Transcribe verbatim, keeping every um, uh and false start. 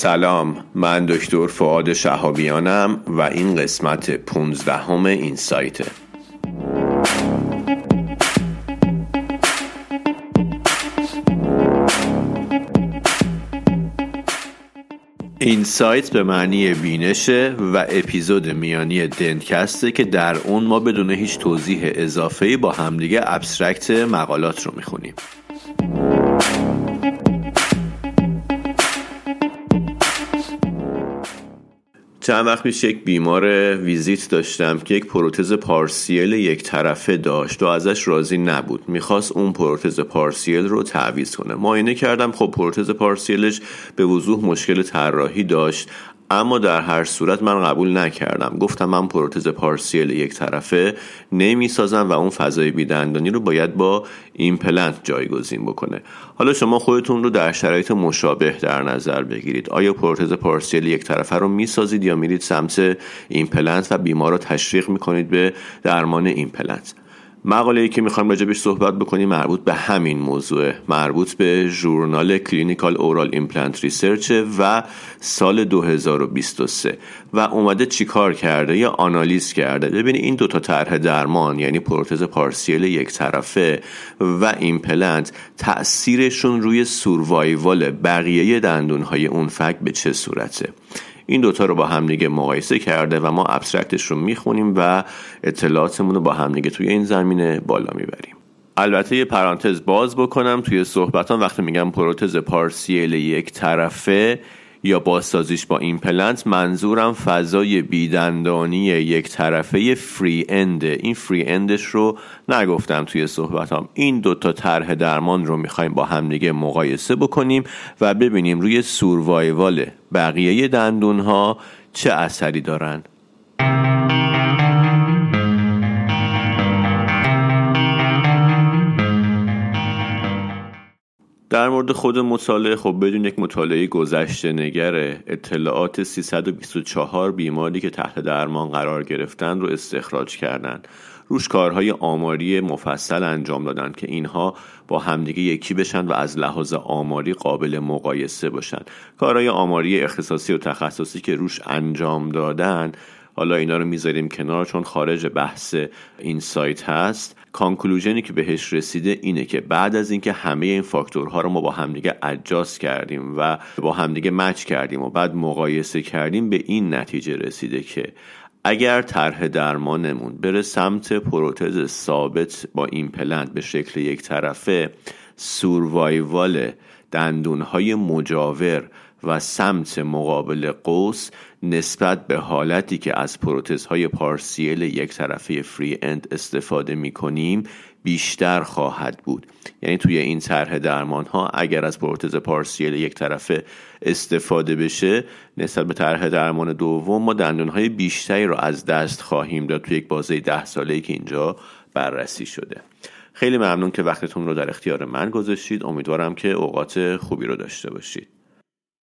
سلام، من دکتر فؤاد شهابیانم و این قسمت پونزدهم این سایته. این سایت به معنی بینشه و اپیزود میانی دنتکسته که در اون ما بدون هیچ توضیح اضافه‌ای با همدیگه ابسترکت مقالات رو میخونیم. چند وقت پیش یک بیمار ویزیت داشتم که یک پروتز پارسیل یک طرفه داشت و ازش راضی نبود. میخواست اون پروتز پارسیل رو تعویض کنه. معاینه کردم، خب پروتز پارسیلش به وضوح مشکل طراحی داشت، اما در هر صورت من قبول نکردم. گفتم من پروتز پارسیل یک طرفه نمیسازم و اون فضای بیدندانی رو باید با ایمپلنت جایگزین بکنه. حالا شما خودتون رو در شرایط مشابه در نظر بگیرید. آیا پروتز پارسیل یک طرفه رو میسازید یا میرید سمت ایمپلنت و بیمار رو تشویق میکنید به درمان ایمپلنت؟ مقاله‌ای که میخوایم راجبش صحبت بکنیم مربوط به همین موضوع، مربوط به ژورنال کلینیکال اورال ایمپلنت ریسرچ و سال دو هزار و بیست و سه و اومده چی کار کرده یا آنالیز کرده. ببینید این دوتا طرح درمان، یعنی پروتز پارسیل یک طرفه و ایمپلنت، تأثیرشون روی سوروایوال بقیه دندونهای اون فک به چه صورته. این دوتا رو با همدیگه مقایسه کرده و ما ابسترکتش رو میخونیم و اطلاعاتمون رو با همدیگه توی این زمینه بالا میبریم. البته یه پرانتز باز بکنم توی صحبتان، وقتی میگم پروتز پارسیل یک طرفه یا بازسازیش با ایمپلنت، منظورم فضای بیدندانی یک طرفه فری انده. این فری اندش رو نگفتم توی صحبتام. این دوتا طرح درمان رو میخوایم با همدیگه مقایسه بکنیم و ببینیم روی سوروایوال بقیه دندون ها چه اثری دارن. در مورد خود مطالعه، خب بدون یک مطالعه گذشته نگره، اطلاعات سیصد و بیست و چهار بیماری که تحت درمان قرار گرفتن رو استخراج کردن. روش کارهای آماری مفصل انجام دادن که اینها با همدیگه یکی بشن و از لحاظ آماری قابل مقایسه باشن. کارهای آماری اختصاصی و تخصصی که روش انجام دادن، حالا اینا رو میذاریم کنار چون خارج بحث این سایت هست. کانکلوژنی که بهش رسیده اینه که بعد از اینکه همه این فاکتورها رو ما با همدیگه ادجاست کردیم و با همدیگه مچ کردیم و بعد مقایسه کردیم، به این نتیجه رسیده که اگر طرح درمانمون بره سمت پروتز ثابت با ایمپلنت به شکل یک طرفه، سوروایوال دندونهای مجاور و سمت مقابل قوس نسبت به حالتی که از پروتزهای پارسیل یک طرفه فری اند استفاده می کنیم بیشتر خواهد بود. یعنی توی این طرح درمان ها اگر از پروتز پارسیل یک طرفه استفاده بشه نسبت به طرح درمان دوم، ما دندونهای بیشتری رو از دست خواهیم داد توی یک بازه ده ساله‌ای که اینجا بررسی شده. خیلی ممنون که وقتتون رو در اختیار من گذاشتید. امیدوارم که اوقات خوبی رو داشته باشید.